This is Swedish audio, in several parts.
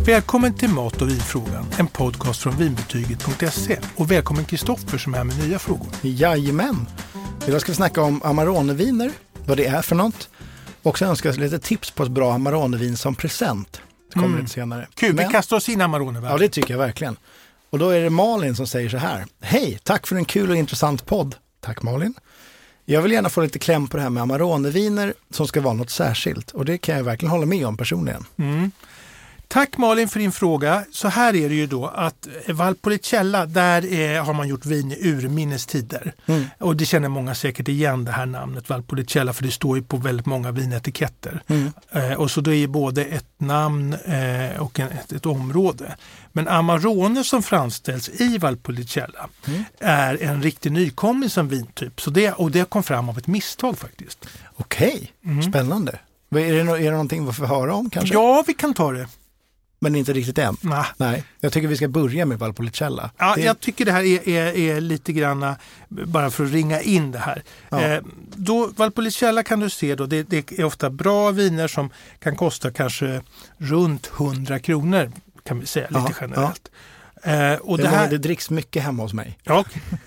Välkommen till Mat- och vinfrågan, en podcast från vinbetyget.se. Och välkommen Kristoffer som är här med nya frågor. Jajamän. Idag ska vi snacka om Amarone-viner, vad det är för något. Och så önskar jag lite tips på ett bra Amarone-vin som present. Det kommer lite senare. Kul, vi kastar oss in Amarone. Ja, det tycker jag verkligen. Och då är det Malin som säger så här. Hej, tack för en kul och intressant podd. Tack Malin. Jag vill gärna få lite kläm på det här med Amarone-viner som ska vara något särskilt. Och det kan jag verkligen hålla med om personligen. Tack Malin för din fråga. Så här är det ju då att Valpolicella, där har man gjort vin i urminnes tider. Och det känner många säkert igen det här namnet Valpolicella, för det står ju på väldigt många vinetiketter. Och så då är både ett namn och ett område. Men Amarone som framställs i Valpolicella är en riktig nykomling som vintyp. Så det kom fram av ett misstag faktiskt. Okej, spännande. Är det någonting vi får höra om kanske? Ja, vi kan ta det. Men inte riktigt än. Nej. Jag tycker vi ska börja med Valpolicella. Ja, jag tycker det här är lite grann bara för att ringa in det här. Ja. Då Valpolicella kan du se då, det är ofta bra viner som kan kosta kanske runt 100 kronor kan vi säga lite generellt. Ja. Och det dricks mycket hemma hos mig. Ja,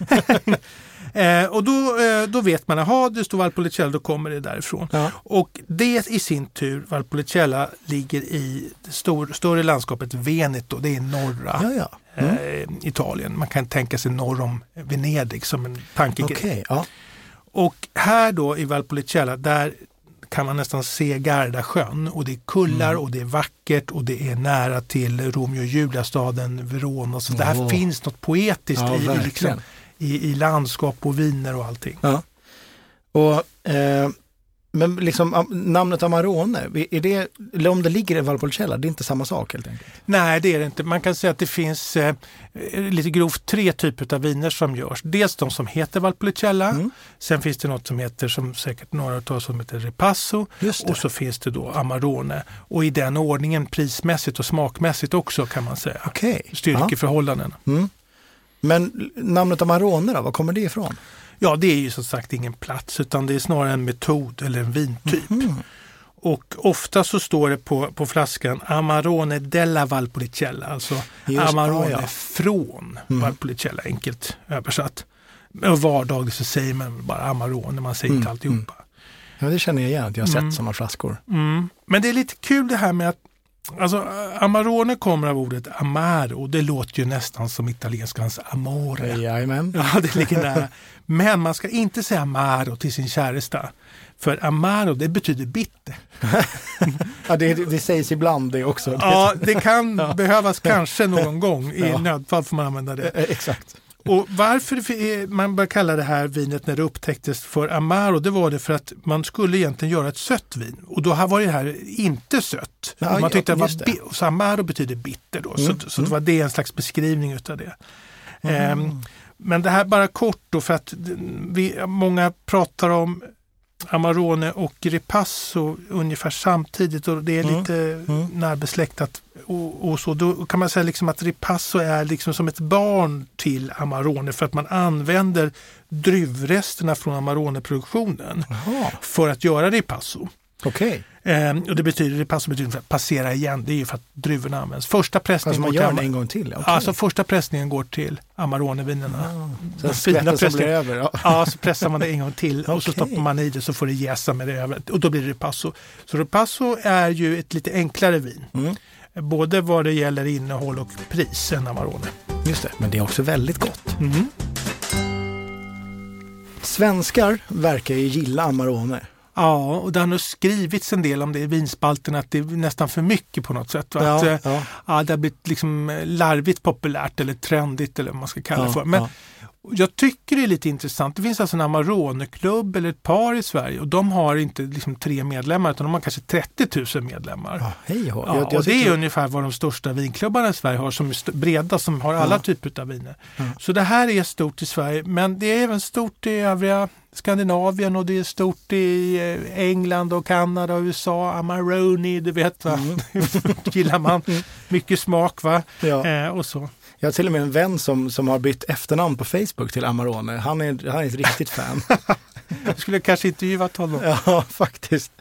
och då vet man, det står Valpolicella, då kommer det därifrån. Ja. Och det i sin tur, Valpolicella ligger i det större landskapet Veneto, det är norra Italien. Man kan tänka sig norr om Venedig som en tankegrej. Okay, ja. Och här då i Valpolicella, där kan man nästan se Gardasjön, och det är kullar och det är vackert och det är nära till Romeo och Julia-staden Verona. Så det här finns något poetiskt i landskap och viner och allting. Ja. Och men liksom namnet Amarone, eller om det ligger i Valpolicella, det är inte samma sak helt enkelt? Nej, det är det inte. Man kan säga att det finns lite grovt 3 typer av viner som görs. Dels de som heter Valpolicella, sen finns det något som heter, som säkert några tar, som heter Ripasso, och så finns det då Amarone. Och i den ordningen prismässigt och smakmässigt också kan man säga. Okay. Styrkeförhållanden. Men namnet Amarone då, var kommer det ifrån? Ja, det är ju som sagt ingen plats, utan det är snarare en metod eller en vintyp. Och ofta så står det på flaskan Amarone della Valpolicella, alltså Amarone från Valpolicella, enkelt översatt. Och vardagligt så säger man bara Amarone, man säger inte alltihopa. Ja, det känner jag igen, att jag har sett sådana flaskor. Men det är lite kul det här med att Amarone kommer av ordet amaro. Det låter ju nästan som italienskans amore. Jajamän. Ja, det ligger nära. Men man ska inte säga amaro till sin käresta. För amaro, det betyder bitter. Ja, det sägs ibland det också. Ja, det kan behövas kanske någon gång. I nödfall får man använda det. Exakt. Och varför man bör kalla det här vinet när det upptäcktes för amaro, det var det för att man skulle egentligen göra ett sött vin. Och då var det här inte sött. Ja, man tyckte att så amaro betyder bitter då. Så det var det en slags beskrivning utav det. Men det här bara kort då, för att många pratar om Amarone och Ripasso ungefär samtidigt, och det är lite närbesläktat och så. Då kan man säga liksom att Ripasso är liksom som ett barn till Amarone, för att man använder druvresterna från Amarone-produktionen för att göra Ripasso. Okej. Och det betyder, Ripasso betyder att passera igen, det är ju för att druvorna används. Första pressningen man gör det en gång till. Okay. Alltså första pressningen går till Amarone-vinerna. Så skvätten som blir över. Ja, så pressar man det en gång till och så stoppar man i det, så får det jäsa med det över. Och då blir det Ripasso. Så Ripasso är ju ett lite enklare vin. Både vad det gäller innehåll och pris än Amarone. Just det, men det är också väldigt gott. Svenskar verkar ju gilla Amarone. Ja, och det har nog skrivits en del om det i vinspalten, att det är nästan för mycket på något sätt. Att det har blivit liksom larvigt populärt eller trendigt eller vad man ska kalla det för. Men jag tycker det är lite intressant. Det finns alltså en Amarone-klubb eller ett par i Sverige, och de har inte liksom 3 medlemmar, utan de har kanske 30 000 medlemmar. Och det är ungefär vad de största vinklubbarna i Sverige har, som är breda, som har alla typer av viner. Så det här är stort i Sverige, men det är även stort i övriga Skandinavien, och det är stort i England och Kanada och USA. Amarone, du vet va? Gillar man. Mycket smak va? Och så. Jag har till och med en vän som har bytt efternamn på Facebook till Amarone. Han är ett riktigt fan. Jag skulle kanske intervjuat honom. Ja, faktiskt.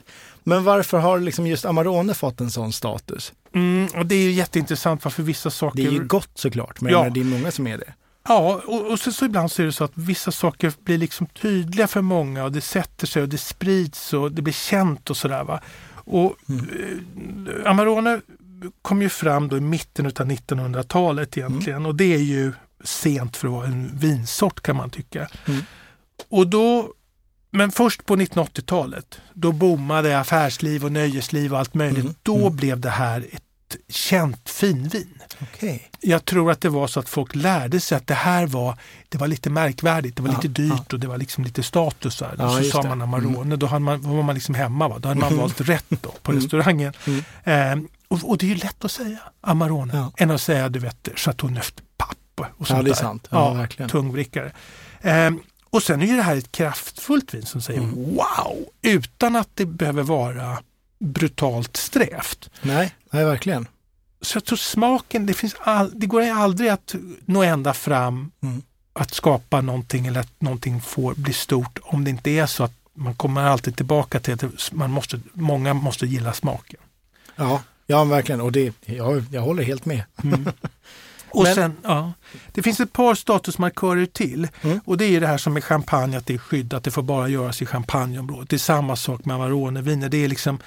Men varför har liksom just Amarone fått en sån status? Och det är ju jätteintressant varför vissa saker... Det är ju gott såklart, men det är många som är det. Ja, och så ibland så är det så att vissa saker blir liksom tydliga för många och det sätter sig och det sprids och det blir känt och sådär va. Och Amarone kom ju fram då i mitten av 1900-talet egentligen och det är ju sent för att vara en vinsort kan man tycka. Och då, men först på 1980-talet, då boomade affärsliv och nöjesliv och allt möjligt. Då blev det här ett känt finvin. Okay. Jag tror att det var så att folk lärde sig att det var lite märkvärdigt, det var lite dyrt och det var liksom lite status. Så sa man Amarone, då var man liksom hemma. Va? Då hade man valt rätt då på restaurangen. Och det är ju lätt att säga Amarone än att säga, du vet, Chateau Neuf de Pape och sånt det är sant. Ja, verkligen. Tungvrickare. Och sen är ju det här ett kraftfullt vin som säger wow, utan att det behöver vara brutalt strävt. Nej, verkligen. Så jag tror smaken, det går aldrig att nå ända fram att skapa någonting eller att någonting får bli stort om det inte är så att man kommer alltid tillbaka till att många måste gilla smaken. Ja, verkligen. Och jag håller helt med. Och sen, det finns ett par statusmarkörer till och det är det här som med champagne, att det är skyddat, det får bara göras i champagneområdet. Det är samma sak med Amarone-viner, det är liksom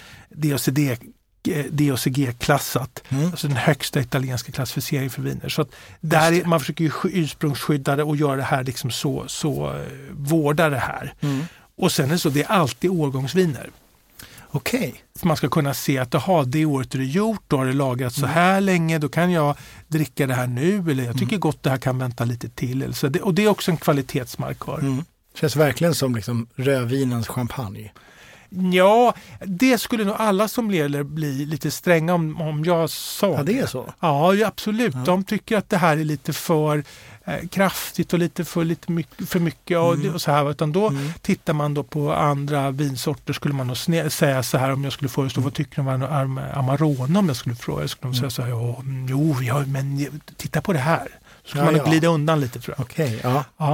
DOCG-klassat, alltså den högsta italienska klassificeringen för viner. Så att där man försöker ju ursprungsskydda det och göra det här liksom så vårda det här. Och sen är det är alltid årgångsviner. Okej. Så man ska kunna se att det året är det gjort, då har det lagrat så här länge, då kan jag dricka det här nu eller jag tycker gott det här kan vänta lite till. Och det är också en kvalitetsmarkör. Känns verkligen som liksom rödvinens champagne. Ja, det skulle nog alla som ler bli lite stränga om jag sa. Ja, det är så? Ja, absolut. Ja. De tycker att det här är lite för kraftigt och lite för mycket och så här. Utan då tittar man då på andra vinsorter, skulle man nog säga så här om jag skulle föreslå, vad tycker de var Amarone om jag skulle fråga? Skulle de säga så här, men titta på det här. Så skulle man nog glida undan lite, tror jag. Okej, ja.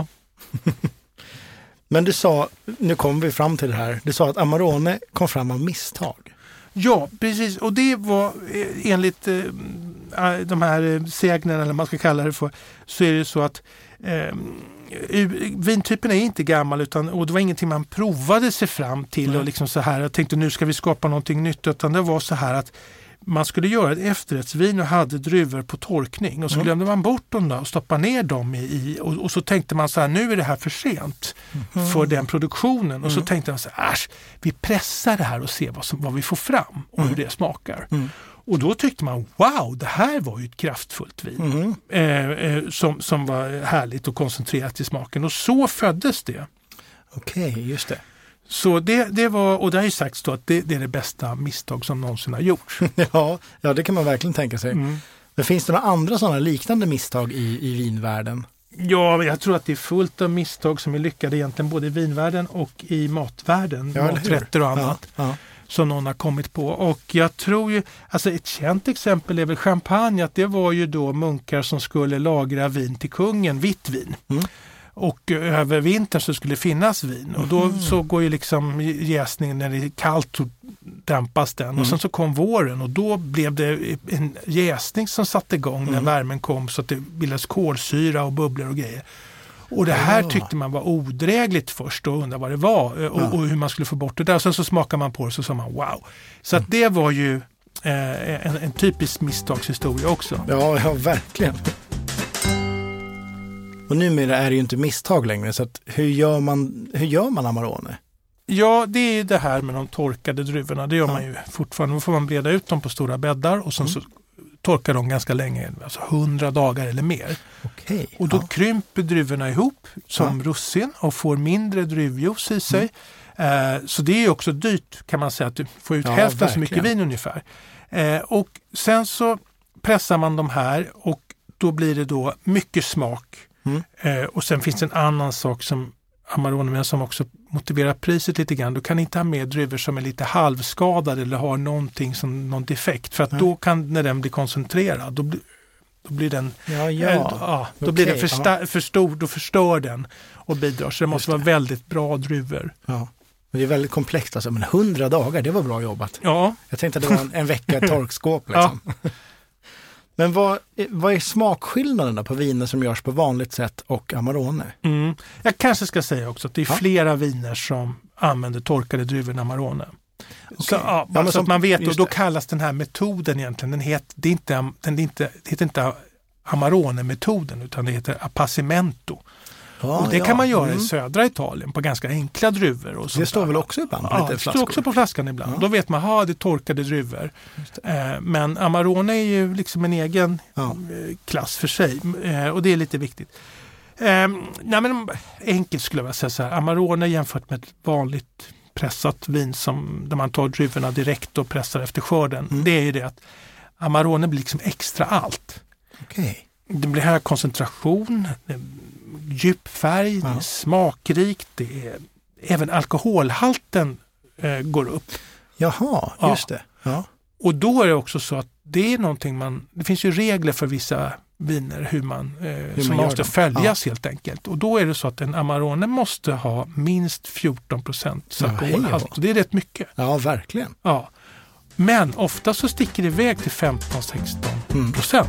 Men du sa, nu kommer vi fram till det här, du sa att Amarone kom fram av misstag. Ja, precis. Och det var enligt de här sägnerna, eller man ska kalla det för, så är det så att vintypen är inte gammal och det var ingenting man provade sig fram till och liksom så här, jag tänkte nu ska vi skapa någonting nytt, utan det var så här att man skulle göra ett efterrättsvin och hade druvor på torkning och så glömde man bort dem då och stoppa ner dem i och så tänkte man så här, nu är det här för sent för den produktionen och så tänkte man så här, vi pressar det här och ser vad vi får fram och hur det smakar. Och då tyckte man, wow, det här var ju ett kraftfullt vin som var härligt och koncentrerat i smaken och så föddes det. Okej, just det. Så det var, och det har ju sagts då att det är det bästa misstag som någonsin har gjorts. Ja, det kan man verkligen tänka sig. Men finns det några andra sådana liknande misstag i vinvärlden? Ja, jag tror att det är fullt av misstag som är lyckade egentligen både i vinvärlden och i matvärlden, maträtter och annat som någon har kommit på. Och jag tror ju, alltså ett känt exempel är väl champagne, att det var ju då munkar som skulle lagra vin till kungen, vitt vin. Och över vintern så skulle det finnas vin. Och då så går ju liksom jäsningen, när det är kallt så dämpas den. Och sen så kom våren och då blev det en jäsning som satte igång när värmen kom så att det bildades kolsyra och bubblor och grejer. Och det här tyckte man var odrägligt först och undrade vad det var och hur man skulle få bort det där. Och sen så smakar man på det och så sa man wow. Så att det var ju en typisk misstagshistoria också. Ja, verkligen. Och numera är det ju inte misstag längre, så att hur gör man Amarone? Ja, det är det här med de torkade druvorna. Det gör man ju fortfarande. Då får man breda ut dem på stora bäddar och sen så torkar de ganska länge, alltså 100 dagar eller mer. Okej. Och då krymper druvorna ihop som russin och får mindre druvjuice i sig. Så det är ju också dyrt, kan man säga, att du får ut hälften så mycket vin ungefär. Och sen så pressar man de här och då blir det då mycket smak. Och sen finns det en annan sak som Amarone som också motiverar priset lite grann. Du kan inte ha med druvor som är lite halvskadade eller har någonting som någon defekt, för att då kan, när den blir koncentrerad, då blir den då blir den för stor, då förstör den och bidrar, så det måste vara väldigt bra druvor. Men det är väldigt komplext alltså, men 100 dagar, det var bra jobbat. Ja. Jag tänkte att det var en vecka torkskåp liksom. Ja. Men vad är smakskillnaderna på viner som görs på vanligt sätt och Amarone? Jag kanske ska säga också att det är flera viner som använder torkade druvor än Amarone. Okay. Så att man vet, och då kallas den här metoden egentligen, det heter inte Amarone-metoden utan det heter Appassimento. Och det kan man göra i södra Italien på ganska enkla druvor. Och det står väl också ibland på lite flaskor? Det står också på flaskan ibland. Ja. Då vet man, det är torkade druvor. Men Amarone är ju liksom en egen klass för sig. Och det är lite viktigt. Men enkelt skulle jag vilja säga så här. Amarone jämfört med ett vanligt pressat vin där man tar druvorna direkt och pressar efter skörden. Det är ju det att Amarone blir liksom extra allt. Okay. Det blir här koncentration, djup färg, det är smakrikt, det är, även alkoholhalten går upp. Jaha, just det. Ja. Och då är det också så att det är någonting det finns ju regler för vissa viner hur man som måste följas helt enkelt. Och då är det så att en Amarone måste ha minst 14% alkoholhalt. Och det är rätt mycket. Ja, verkligen. Ja. Men ofta så sticker det iväg till 15-16%.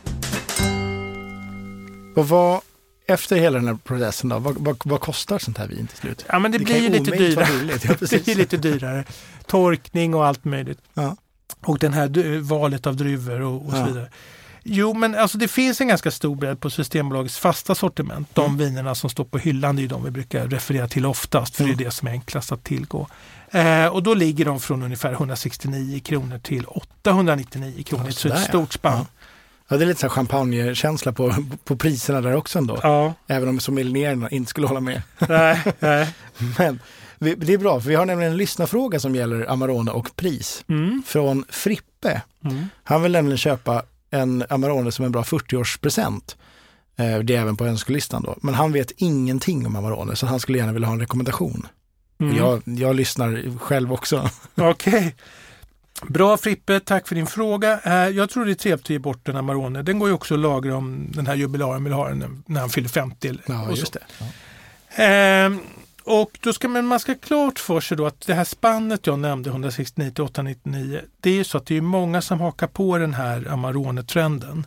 Och efter hela den här processen då, vad kostar sånt här vin till slut? Ja, men det blir ju lite dyrare. Det blir lite dyrare. Torkning och allt möjligt. Ja. Och den här valet av druvor och så vidare. Jo, men alltså det finns en ganska stor bredd på Systembolagets fasta sortiment. De vinerna som står på hyllan, det är de vi brukar referera till oftast, för det är det som är enklast att tillgå. Och då ligger de från ungefär 169 kronor till 899 kronor, så ett stort spann. Ja, det är lite så här champagnekänsla på priserna där också ändå. Ja. Även om sommelierna inte skulle hålla med. Nej. Men det är bra, för vi har nämligen en lyssnarfråga som gäller Amarone och pris. Från Frippe. Han vill nämligen köpa en Amarone som en bra 40-årspresent. Det är även på önskelistan då. Men han vet ingenting om Amarone, så han skulle gärna vilja ha en rekommendation. Jag lyssnar själv också. Okej. Bra Frippe, tack för din fråga. Jag tror det är trevligt att ge bort en Amarone. Den går ju också att lagra om den här jubilaren vill ha den när han fyller 50. Ja, just det. Ja. Och då ska man ska klart för sig då att det här spannet jag nämnde, 169 till 899, det är ju så att det är många som hakar på den här Amarone-trenden.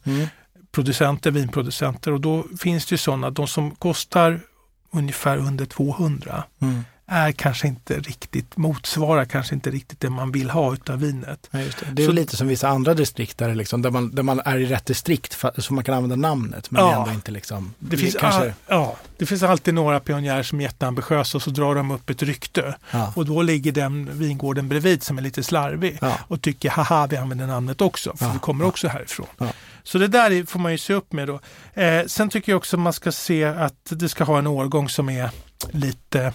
Vinproducenter, och då finns det ju sådana, de som kostar ungefär under 200 är kanske inte riktigt, motsvarar kanske inte riktigt det man vill ha utav vinet. Ja, just det. Det är så, lite som vissa andra distrikt där man är i rätt distrikt så man kan använda namnet, men ändå inte liksom... Det finns alltid några pionjärer som är jätteambitiösa och så drar de upp ett rykte. Ja. Och då ligger den vingården bredvid som är lite slarvig och tycker, haha, vi använder namnet också, för vi kommer också härifrån. Ja. Så det där får man ju se upp med då. Sen tycker jag också att man ska se att det ska ha en årgång som är lite...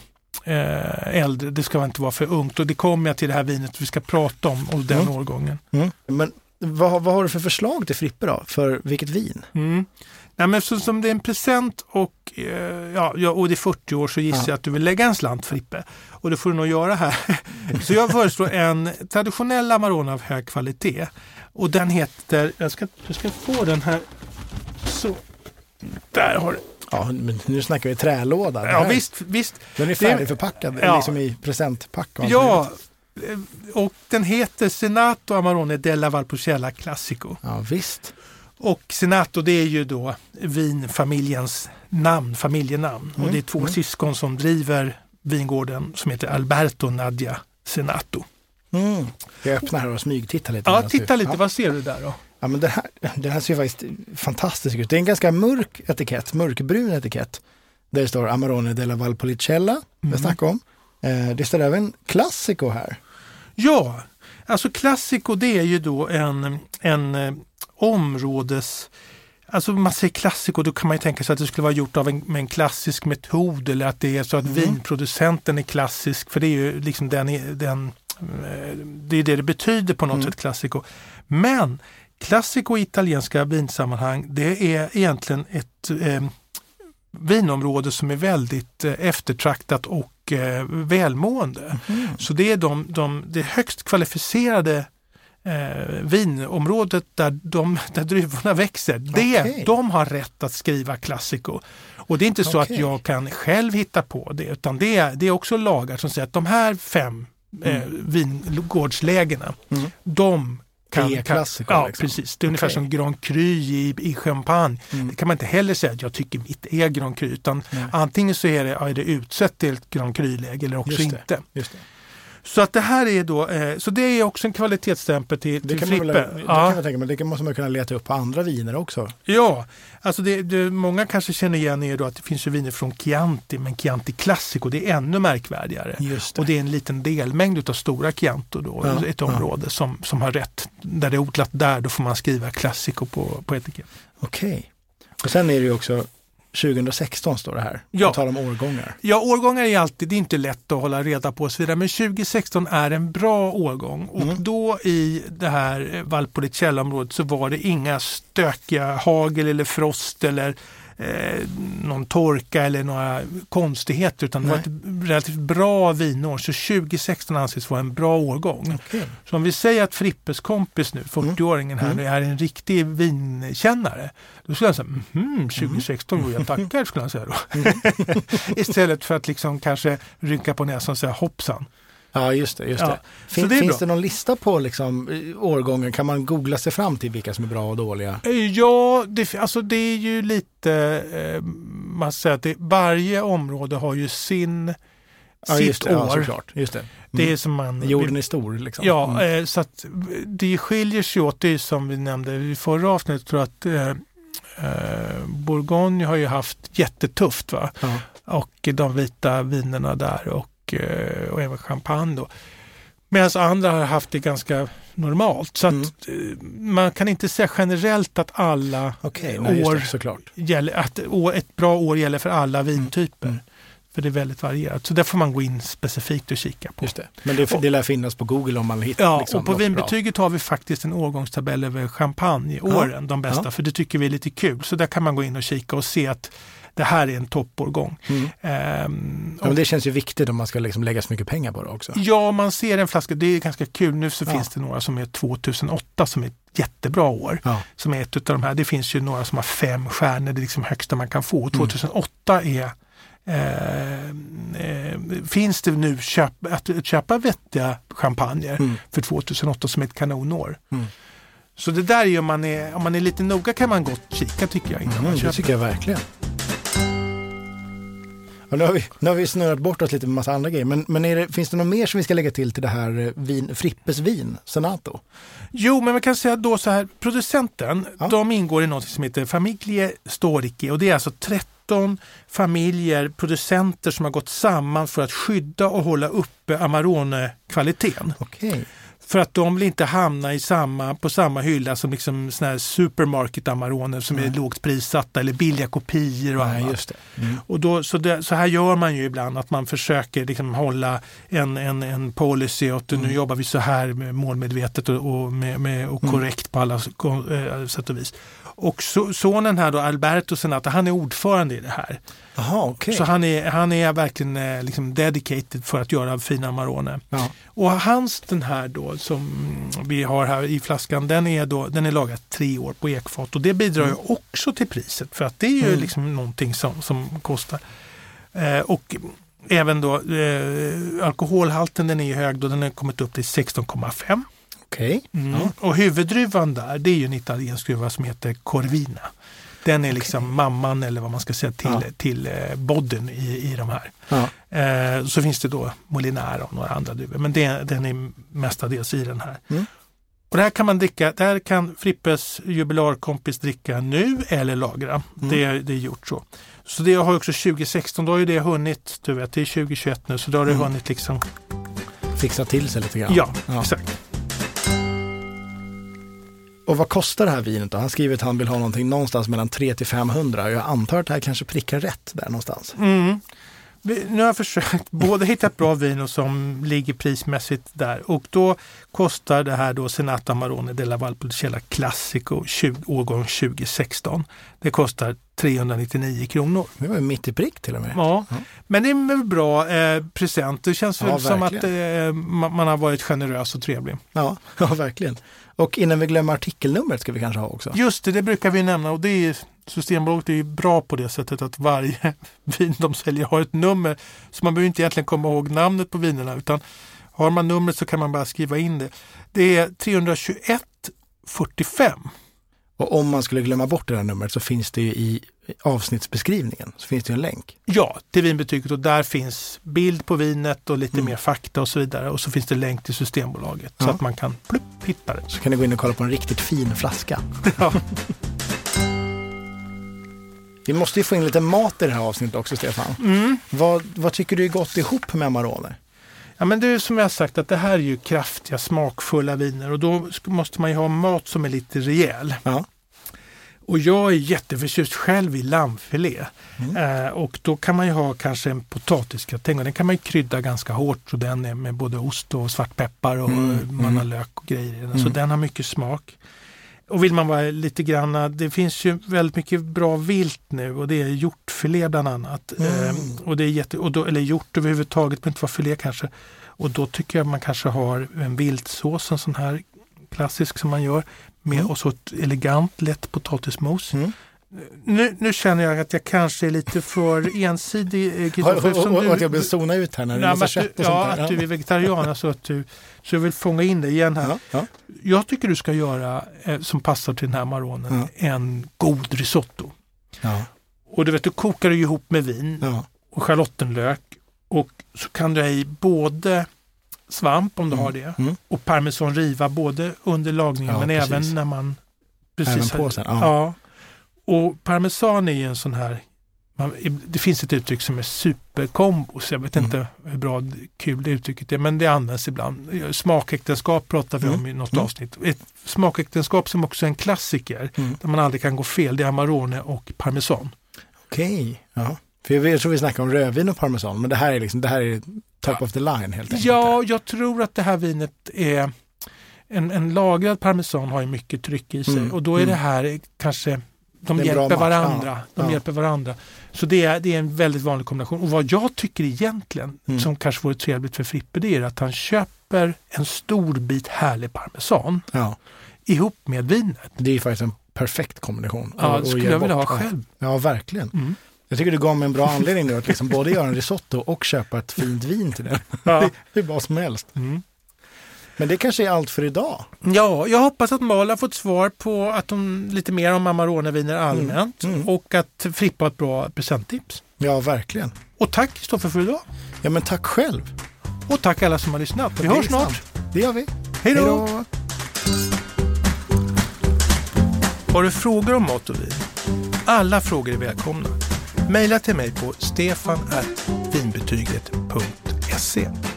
äldre, det ska inte vara för ungt, och det kommer jag till det här vinet vi ska prata om och den årgången. Men vad har du för förslag till Frippe då? För vilket vin? Nej, men som det är en present och och det är 40 år, så gissar jag att du vill lägga en slant Frippe, och det får du nog göra här. Så jag föreslår en traditionell Amarone av hög kvalitet, och den heter, jag ska få den här, så där har du. Ja, men nu snackar vi trälåda. Ja, visst. Den är färdigförpackad, liksom i presentpack. Ja, och den heter Senato Amarone della Valpolicella Classico. Ja, visst. Och Senato, det är ju då vinfamiljens familjenamn. Och det är två syskon som driver vingården som heter Alberto och Nadia Senato. Jag öppnar här och smygtittar lite. Ja, titta lite. Vad ser du där då? Ja, men den här ser faktiskt fantastisk ut. Det är en ganska mörkbrun etikett. Där det står Amarone della Valpolicella, jag snackar om. Det står även Classico här. Ja, alltså Classico, det är ju då en områdes... Alltså man säger Classico, då kan man ju tänka sig att det skulle vara gjort av med en klassisk metod, eller att det är så att vinproducenten är klassisk, för det är ju liksom det är det betyder på något sätt, Classico. Men Classico i italienska vinsammanhang, det är egentligen ett vinområde som är väldigt eftertraktat och välmående. Så det är det högst kvalificerade vinområdet där druvorna växer. De har rätt att skriva Classico. Och det är inte så att jag kan själv hitta på det, utan det är också lagar som säger att de här 5 vingårdslägena, de kan Classico, ja, liksom. Precis. Det är ungefär som Grand Cru i champagne. Det kan man inte heller säga att jag tycker mitt är Grand Cru, utan antingen så är det utsett till ett Grand Cru-läge eller också inte. Just det. Så att det här är då, så det är också en kvalitetsstämpel till Frippe. Det kan man tänka, men det måste man kunna leta upp på andra viner också. Ja, alltså många kanske känner igen är då att det finns ju viner från Chianti, men Chianti Classico, det är ännu märkvärdigare. Just det. Och det är en liten delmängd av stora Chianti då, ett område som har rätt. Där det är odlat där, då får man skriva Classico på etikett. Okej. Och sen är det ju också 2016 står det här. Ja. På tal om årgångar. Ja, årgångar är alltid, det är inte lätt att hålla reda på och så vidare, men 2016 är en bra årgång. Och då i det här Valpolicella-området så var det inga stökiga hagel eller frost eller någon torka eller några konstigheter, utan det var ett relativt bra vinår. Så 2016 anses vara en bra årgång. Okay. Så om vi säger att Frippes kompis nu, 40-åringen här, nu är en riktig vinkännare, då skulle jag säga 2016, jo jag tackar, skulle jag säga då. Istället för att liksom kanske rynka på näsan och säga hoppsan. Ja, just det. Finns det någon lista på liksom, årgången? Kan man googla sig fram till vilka som är bra och dåliga? Ja, det är ju lite, man säger att varje område har ju sitt år. Ja, såklart. Just det. Det är som man... Jorden är stor liksom. Ja, så att det skiljer sig åt, det är som vi nämnde i förra avsnittet, tror att Bourgogne har ju haft jättetufft, va? Ja. Och de vita vinerna där och även champagne då. Medan andra har haft det ganska normalt. Så att man kan inte säga generellt att alla ett bra år gäller för alla vintyper. För det är väldigt varierat. Så där får man gå in specifikt och kika på. Just det. Men det lär finnas på Google om man hittar. Ja, liksom, och på vinbetyget har vi faktiskt en årgångstabell över champagneåren, de bästa. För det tycker vi är lite kul. Så där kan man gå in och kika och se att det här är en toppårgång. Men det känns ju viktigt om man ska liksom lägga så mycket pengar på det också. Ja, man ser en flaska, det är ganska kul. Nu så finns det några som är 2008 som är ett jättebra år. Ja. Som är ett av de här. Det finns ju några som har 5 stjärnor, det är liksom högsta man kan få. 2008 är finns det nu att köpa vettiga champagner för 2008 som är ett kanonår. Så det där är om man är lite noga kan man gott kika, tycker jag. Innan man köper. Det tycker jag verkligen. Och nu har vi snurrat bort oss lite med massa andra grejer. Men finns det något mer som vi ska lägga till det här Frippes vin, Senato? Jo, men man kan säga då så här, producenten, de ingår i något som heter Famiglie Storiche, och det är alltså 13 familjer, producenter som har gått samman för att skydda och hålla uppe Amarone-kvaliteten. Okej. För att de vill inte hamna på samma hylla som liksom såna här supermarket Amarone som är lågt prissatta eller billiga kopior och annat. Just det. Och då, så här gör man ju ibland, att man försöker liksom hålla en policy och nu jobbar vi så här med målmedvetet och korrekt på alla sätt och vis. Och sonen här då, Alberto Senato, han är ordförande i det här. Aha, okay. Så han är verkligen liksom dedicated för att göra fina Amarone. Ja. Och hans, den här då som vi har här i flaskan, den är lagad 3 år på ekfat, och det bidrar ju också till priset, för att det är ju liksom någonting som kostar. Och även då alkoholhalten, den är hög då, den har kommit upp till 16,5. Okay. Och huvuddruvan där, det är ju en italiensk druva som heter Corvina. Den är liksom mamman, eller vad man ska säga, till bodden i de här. Ja. Så finns det då Molinara och några andra druvor, men den är mestadels i den här. Och det här kan man dricka, det här kan Frippes jubilarkompis dricka nu eller lagra. Det är gjort så. Så det har också 2016, då har ju det hunnit, du vet, det är 2021 nu, så då har det hunnit liksom fixa till sig lite grann. Ja, exakt. Och vad kostar det här vinet då? Han skriver att han vill ha någonting någonstans mellan 300 till 500. Jag antar att det här kanske prickar rätt där någonstans. Nu har jag försökt både hitta ett bra vin som ligger prismässigt där. Och då kostar det här då Senato Amarone della Valpolicella Classico årgång 2016. Det kostar 399 kronor. Det var mitt i prick till och med. Ja. Men det är en bra present. Det känns väl som att man har varit generös och trevlig. Ja, verkligen. Och innan vi glömmer artikelnumret ska vi kanske ha också. Just det brukar vi nämna och det är Systembolaget är ju bra på det sättet att varje vin de säljer har ett nummer. Så man behöver inte egentligen komma ihåg namnet på vinerna utan har man numret så kan man bara skriva in det. Det är 32145. Och om man skulle glömma bort det här numret så finns det ju i avsnittsbeskrivningen så finns det en länk. Ja, till vinbetyget och där finns bild på vinet och lite mer fakta och så vidare. Och så finns det länk till Systembolaget så att man kan hitta det. Så kan ni gå in och kolla på en riktigt fin flaska. Ja. Vi måste ju få in lite mat i det här avsnittet också, Stefan. Vad tycker du är gott ihop med Amarone? Ja, men det är som jag har sagt att det här är ju kraftiga, smakfulla viner och då måste man ju ha mat som är lite rejäl. Ja. Och jag är jätteförtjust själv i lammfilé. Och då kan man ju ha kanske en potatisgratäng och den kan man ju krydda ganska hårt så den är med både ost och svartpeppar och man har lök och grejer. Så den har mycket smak. Och vill man vara lite granna, det finns ju väldigt mycket bra vilt nu och det är hjortfilé bland annat. Och det är eller hjort överhuvudtaget, men inte vara filé kanske. Och då tycker jag man kanske har en viltsås, en sån här klassisk som man gör, med och så ett elegant lätt potatismos. Nu känner jag att jag kanske är lite för ensidig. Och att jag blir zona ut här när det är kött och sånt där. Att du är vegetarian, alltså att du vill fånga in det igen här. Ja. Jag tycker du ska göra, som passar till den här Amaronen, en god risotto. Ja. Och du kokar du ihop med vin och schalottenlök och så kan du ha i både svamp om du har det och parmesan riva både under lagningen men även när man precis på sen. Ja. Och parmesan är ju en sån här, det finns ett uttryck som är superkombos, jag vet inte hur kul det uttrycket är, men det används ibland. Smakäktenskap pratar vi om i något avsnitt. Ett smakäktenskap som också är en klassiker, där man aldrig kan gå fel, det är Amarone och parmesan. Okej, ja. För jag tror vi snackar om rödvin och parmesan, men det här är top of the line helt enkelt. Ja, jag tror att det här vinet är en lagrad parmesan har ju mycket tryck i sig och då är det här kanske de hjälper varandra. Hjälper varandra. Så det är en väldigt vanlig kombination. Och vad jag tycker egentligen som kanske vore trevligt för Frippe, det är att han köper en stor bit härlig parmesan ihop med vinet. Det är ju faktiskt en perfekt kombination. Ja, det skulle jag vilja ha själv. Ja, verkligen. Jag tycker du gav mig en bra anledning nu att liksom både göra en risotto och köpa ett fint vin till det. Ja. Det är vad som helst. Men det kanske är allt för idag. Ja, jag hoppas att Mal har fått svar på att lite mer om Amarone-viner allmänt och att Frippe har ett bra presenttips. Ja, verkligen. Och tack Kristoffer för idag. Ja, men tack själv. Och tack alla som har lyssnat. Vi hörs snart. Det gör vi. Hej då. Har du frågor om mat och vin? Alla frågor är välkomna. Maila till mig på stefan@vinbetyget.se.